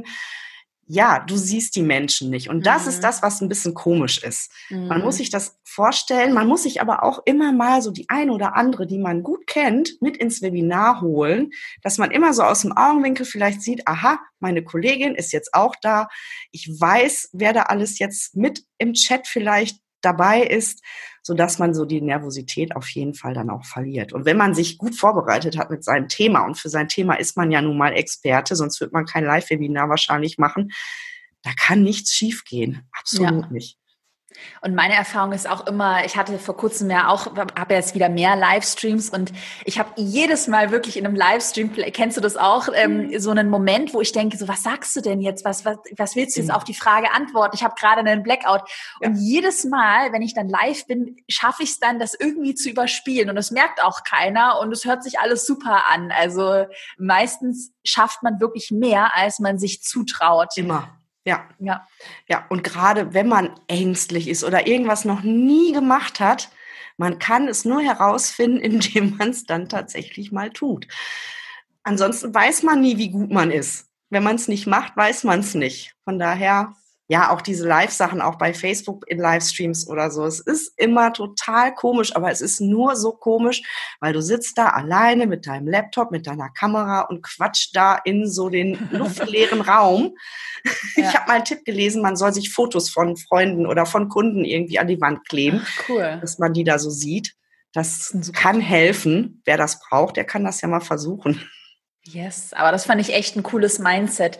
du siehst die Menschen nicht. Und das ist das, was ein bisschen komisch ist. Man muss sich das vorstellen, man muss sich aber auch immer mal so die eine oder andere, die man gut kennt, mit ins Webinar holen, dass man immer so aus dem Augenwinkel vielleicht sieht, aha, meine Kollegin ist jetzt auch da. Ich weiß, wer da alles jetzt mit im Chat vielleicht dabei ist, sodass man so die Nervosität auf jeden Fall dann auch verliert. Und wenn man sich gut vorbereitet hat mit seinem Thema, und für sein Thema ist man ja nun mal Experte, sonst wird man kein Live-Webinar wahrscheinlich machen, da kann nichts schiefgehen. Absolut nicht. Und meine Erfahrung ist auch immer, ich hatte vor kurzem ja auch, habe jetzt wieder mehr Livestreams und ich habe jedes Mal wirklich in einem Livestream, kennst du das auch, so einen Moment, wo ich denke, so was sagst du denn jetzt, was willst du jetzt auf die Frage antworten? Ich habe gerade einen Blackout. Und jedes Mal, wenn ich dann live bin, schaffe ich es dann, das irgendwie zu überspielen und das merkt auch keiner und es hört sich alles super an. Also meistens schafft man wirklich mehr, als man sich zutraut. Immer. Ja. Und gerade wenn man ängstlich ist oder irgendwas noch nie gemacht hat, man kann es nur herausfinden, indem man es dann tatsächlich mal tut. Ansonsten weiß man nie, wie gut man ist. Wenn man es nicht macht, weiß man es nicht. Von daher, ja, auch diese Live-Sachen, auch bei Facebook in Livestreams oder so. Es ist immer total komisch, aber es ist nur so komisch, weil du sitzt da alleine mit deinem Laptop, mit deiner Kamera und quatscht da in so den luftleeren Raum. Ich habe mal einen Tipp gelesen, man soll sich Fotos von Freunden oder von Kunden irgendwie an die Wand kleben, dass man die da so sieht. Das kann helfen. Wer das braucht, der kann das ja mal versuchen. Yes, aber das fand ich echt ein cooles Mindset.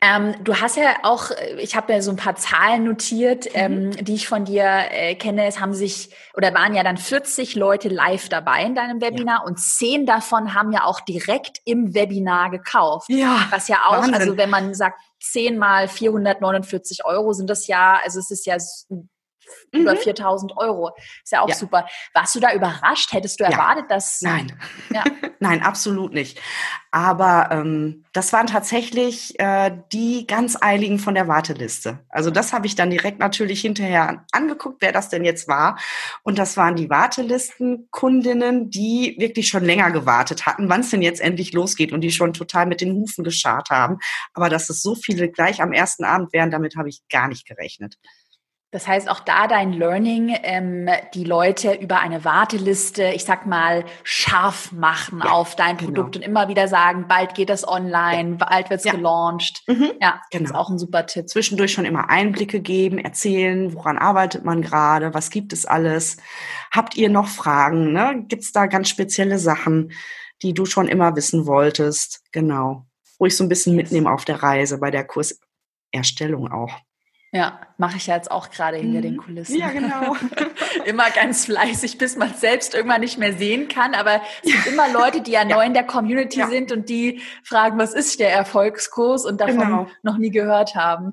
Du hast ja auch, ich habe ja so ein paar Zahlen notiert, die ich von dir kenne. Es haben sich oder waren ja dann 40 Leute live dabei in deinem Webinar und 10 davon haben ja auch direkt im Webinar gekauft. Ja, was ja auch, Wahnsinn. Also wenn man sagt 10 mal 449 Euro sind das ja, also es ist ja über 4.000 Euro. Ist ja auch super. Warst du da überrascht? Hättest du erwartet, dass... Nein. Nein, absolut nicht. Aber das waren tatsächlich die ganz Eiligen von der Warteliste. Also das habe ich dann direkt natürlich hinterher angeguckt, wer das denn jetzt war. Und das waren die Wartelistenkundinnen, die wirklich schon länger gewartet hatten, wann es denn jetzt endlich losgeht und die schon total mit den Hufen geschart haben. Aber dass es so viele gleich am ersten Abend wären, damit habe ich gar nicht gerechnet. Das heißt, auch da dein Learning, die Leute über eine Warteliste, ich sag mal, scharf machen auf dein Produkt und immer wieder sagen, bald geht das online, bald wird's gelauncht. Das ist auch ein super Tipp. Zwischendurch schon immer Einblicke geben, erzählen, woran arbeitet man gerade, was gibt es alles? Habt ihr noch Fragen? Ne? Gibt's da ganz spezielle Sachen, die du schon immer wissen wolltest? Genau. Ruhig so ein bisschen mitnehmen auf der Reise, bei der Kurserstellung auch. Ja, mache ich ja jetzt auch gerade hinter den Kulissen. Ja, genau. Immer ganz fleißig, bis man es selbst irgendwann nicht mehr sehen kann. Aber es sind immer Leute, die ja neu in der Community sind und die fragen, was ist der Erfolgskurs und davon noch nie gehört haben.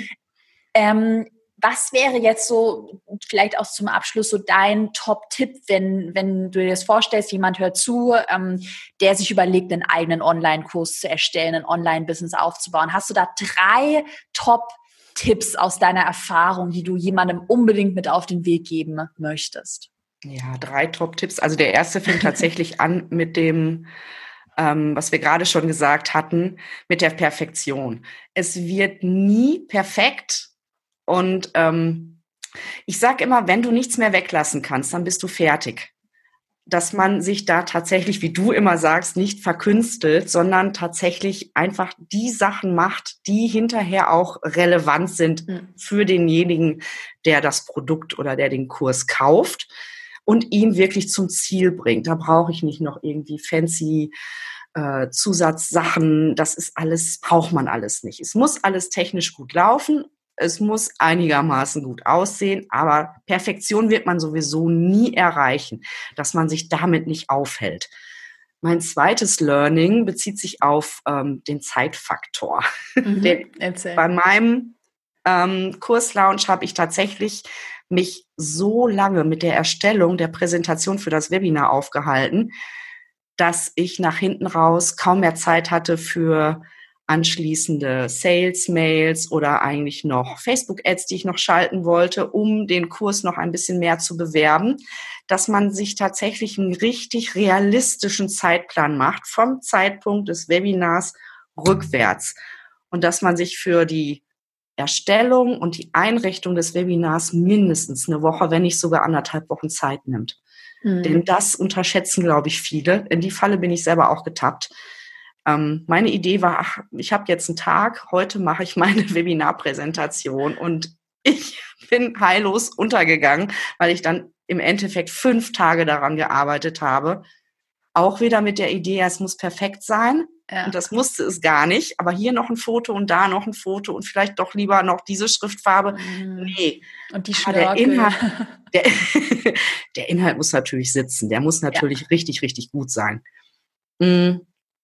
Was wäre jetzt so, vielleicht auch zum Abschluss, so dein Top-Tipp, wenn du dir das vorstellst, jemand hört zu, der sich überlegt, einen eigenen Online-Kurs zu erstellen, ein Online-Business aufzubauen. Hast du da 3 Top-Tipps aus deiner Erfahrung, die du jemandem unbedingt mit auf den Weg geben möchtest? Ja, 3 Top-Tipps. Also der erste fängt tatsächlich an mit dem, was wir gerade schon gesagt hatten, mit der Perfektion. Es wird nie perfekt. Und ich sage immer, wenn du nichts mehr weglassen kannst, dann bist du fertig. Dass man sich da tatsächlich, wie du immer sagst, nicht verkünstelt, sondern tatsächlich einfach die Sachen macht, die hinterher auch relevant sind für denjenigen, der das Produkt oder der den Kurs kauft und ihn wirklich zum Ziel bringt. Da brauche ich nicht noch irgendwie fancy Zusatzsachen. Das ist alles, braucht man alles nicht. Es muss alles technisch gut laufen. Es muss einigermaßen gut aussehen, aber Perfektion wird man sowieso nie erreichen, dass man sich damit nicht aufhält. Mein zweites Learning bezieht sich auf den Zeitfaktor. Bei meinem Kurslaunch habe ich tatsächlich mich so lange mit der Erstellung der Präsentation für das Webinar aufgehalten, dass ich nach hinten raus kaum mehr Zeit hatte für anschließende Sales-Mails oder eigentlich noch Facebook-Ads, die ich noch schalten wollte, um den Kurs noch ein bisschen mehr zu bewerben, dass man sich tatsächlich einen richtig realistischen Zeitplan macht, vom Zeitpunkt des Webinars rückwärts. Und dass man sich für die Erstellung und die Einrichtung des Webinars mindestens eine Woche, wenn nicht sogar 1,5 Wochen Zeit nimmt. Denn das unterschätzen, glaube ich, viele. In die Falle bin ich selber auch getappt. Meine Idee war, ich habe jetzt einen Tag, heute mache ich meine Webinarpräsentation und ich bin heillos untergegangen, weil ich dann im Endeffekt 5 Tage daran gearbeitet habe. Auch wieder mit der Idee, es muss perfekt sein, Und das musste es gar nicht. Aber hier noch ein Foto und da noch ein Foto und vielleicht doch lieber noch diese Schriftfarbe. Nee. Und die Schnörkel. Der Inhalt muss natürlich sitzen. Der muss natürlich richtig, richtig gut sein. Der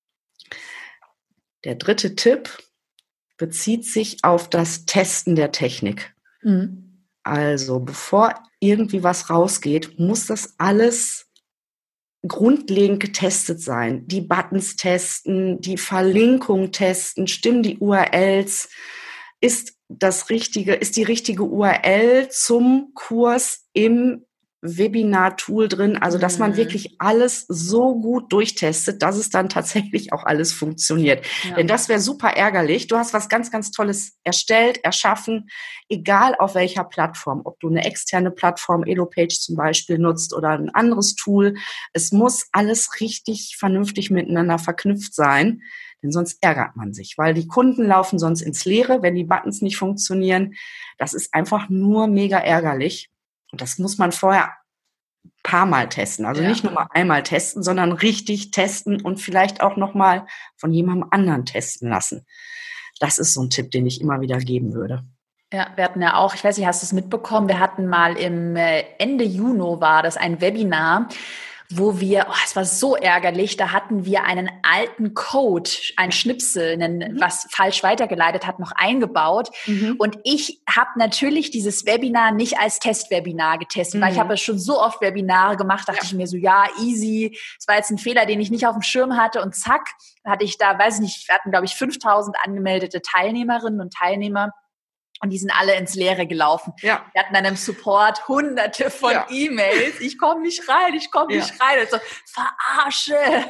dritte Tipp bezieht sich auf das Testen der Technik. Also, bevor irgendwie was rausgeht, muss das alles grundlegend getestet sein. Die Buttons testen, die Verlinkung testen, stimmen die URLs, ist die richtige URL zum Kurs im Webinar-Tool drin, also dass man wirklich alles so gut durchtestet, dass es dann tatsächlich auch alles funktioniert. Ja. Denn das wäre super ärgerlich. Du hast was ganz, ganz Tolles erstellt, erschaffen, egal auf welcher Plattform, ob du eine externe Plattform, Elopage zum Beispiel nutzt oder ein anderes Tool. Es muss alles richtig vernünftig miteinander verknüpft sein, denn sonst ärgert man sich, weil die Kunden laufen sonst ins Leere, wenn die Buttons nicht funktionieren. Das ist einfach nur mega ärgerlich. Und das muss man vorher ein paar Mal testen. Also nicht nur mal einmal testen, sondern richtig testen und vielleicht auch noch mal von jemandem anderen testen lassen. Das ist so ein Tipp, den ich immer wieder geben würde. Ja, wir hatten ja auch, ich weiß nicht, hast du es mitbekommen, wir hatten mal im Ende Juni war das ein Webinar, wo wir, es war so ärgerlich, da hatten wir einen alten Code, ein Schnipsel, was falsch weitergeleitet hat, noch eingebaut. Und ich habe natürlich dieses Webinar nicht als Testwebinar getestet, weil ich habe ja schon so oft Webinare gemacht, dachte ich mir so, ja, easy, es war jetzt ein Fehler, den ich nicht auf dem Schirm hatte und zack, hatte ich da, weiß ich nicht, wir hatten, glaube ich, 5.000 angemeldete Teilnehmerinnen und Teilnehmer. Und die sind alle ins Leere gelaufen. Ja. Wir hatten dann im Support hunderte von E-Mails. Ich komme nicht rein. Also, verarsche.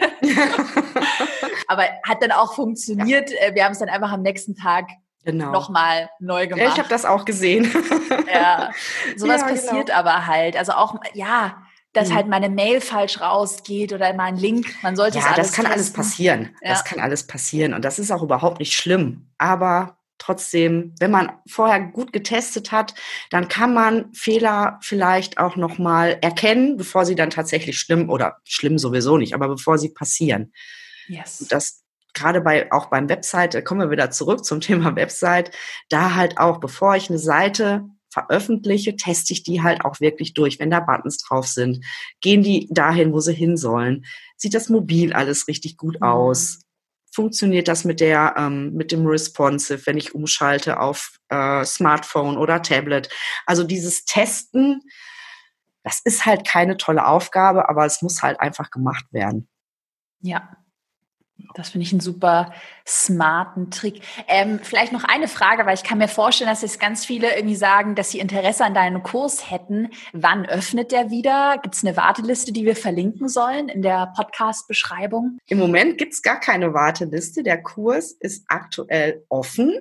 Aber hat dann auch funktioniert. Wir haben es dann einfach am nächsten Tag nochmal neu gemacht. Ja, ich habe das auch gesehen. Sowas passiert aber halt. Also auch, dass halt meine Mail falsch rausgeht oder mal ein Link. Man sollte es alles das kann testen. alles passieren. Ja. Das kann alles passieren. Und das ist auch überhaupt nicht schlimm. Aber trotzdem, wenn man vorher gut getestet hat, dann kann man Fehler vielleicht auch nochmal erkennen, bevor sie dann tatsächlich schlimm sowieso nicht, aber bevor sie passieren. Yes. Das gerade auch beim Website, da kommen wir wieder zurück zum Thema Website, da halt auch, bevor ich eine Seite veröffentliche, teste ich die halt auch wirklich durch. Wenn da Buttons drauf sind, gehen die dahin, wo sie hin sollen? Sieht das mobil alles richtig gut aus? Funktioniert das mit dem Responsive, wenn ich umschalte auf Smartphone oder Tablet? Also dieses Testen, das ist halt keine tolle Aufgabe, aber es muss halt einfach gemacht werden. Ja, das finde ich einen super smarten Trick. Vielleicht noch eine Frage, weil ich kann mir vorstellen, dass jetzt ganz viele irgendwie sagen, dass sie Interesse an deinem Kurs hätten. Wann öffnet der wieder? Gibt es eine Warteliste, die wir verlinken sollen in der Podcast-Beschreibung? Im Moment gibt es gar keine Warteliste. Der Kurs ist aktuell offen.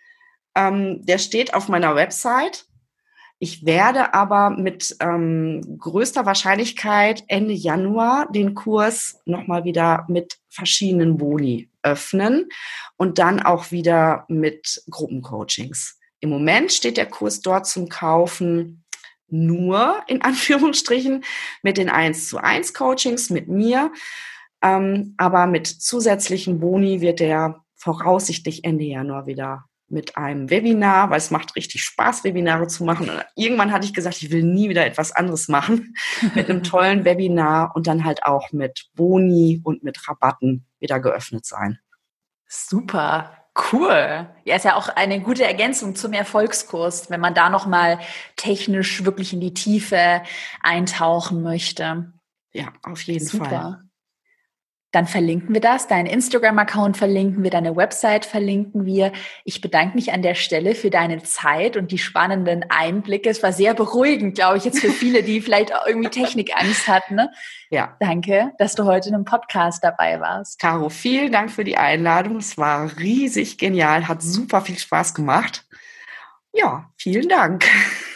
Der steht auf meiner Website. Ich werde aber mit größter Wahrscheinlichkeit Ende Januar den Kurs nochmal wieder mit verschiedenen Boni öffnen und dann auch wieder mit Gruppencoachings. Im Moment steht der Kurs dort zum Kaufen nur, in Anführungsstrichen, mit den 1:1 Coachings mit mir. Aber mit zusätzlichen Boni wird der voraussichtlich Ende Januar wieder mit einem Webinar, weil es macht richtig Spaß, Webinare zu machen. Und irgendwann hatte ich gesagt, ich will nie wieder etwas anderes machen, mit einem tollen Webinar und dann halt auch mit Boni und mit Rabatten wieder geöffnet sein. Super, cool. Ja, ist ja auch eine gute Ergänzung zum Erfolgskurs, wenn man da nochmal technisch wirklich in die Tiefe eintauchen möchte. Ja, auf jeden Fall. Dann verlinken wir das. Deinen Instagram-Account verlinken wir, deine Website verlinken wir. Ich bedanke mich an der Stelle für deine Zeit und die spannenden Einblicke. Es war sehr beruhigend, glaube ich, jetzt für viele, die vielleicht auch irgendwie Technikangst hatten. Ne? Ja. Danke, dass du heute in einem Podcast dabei warst. Caro, vielen Dank für die Einladung. Es war riesig genial, hat super viel Spaß gemacht. Ja, vielen Dank.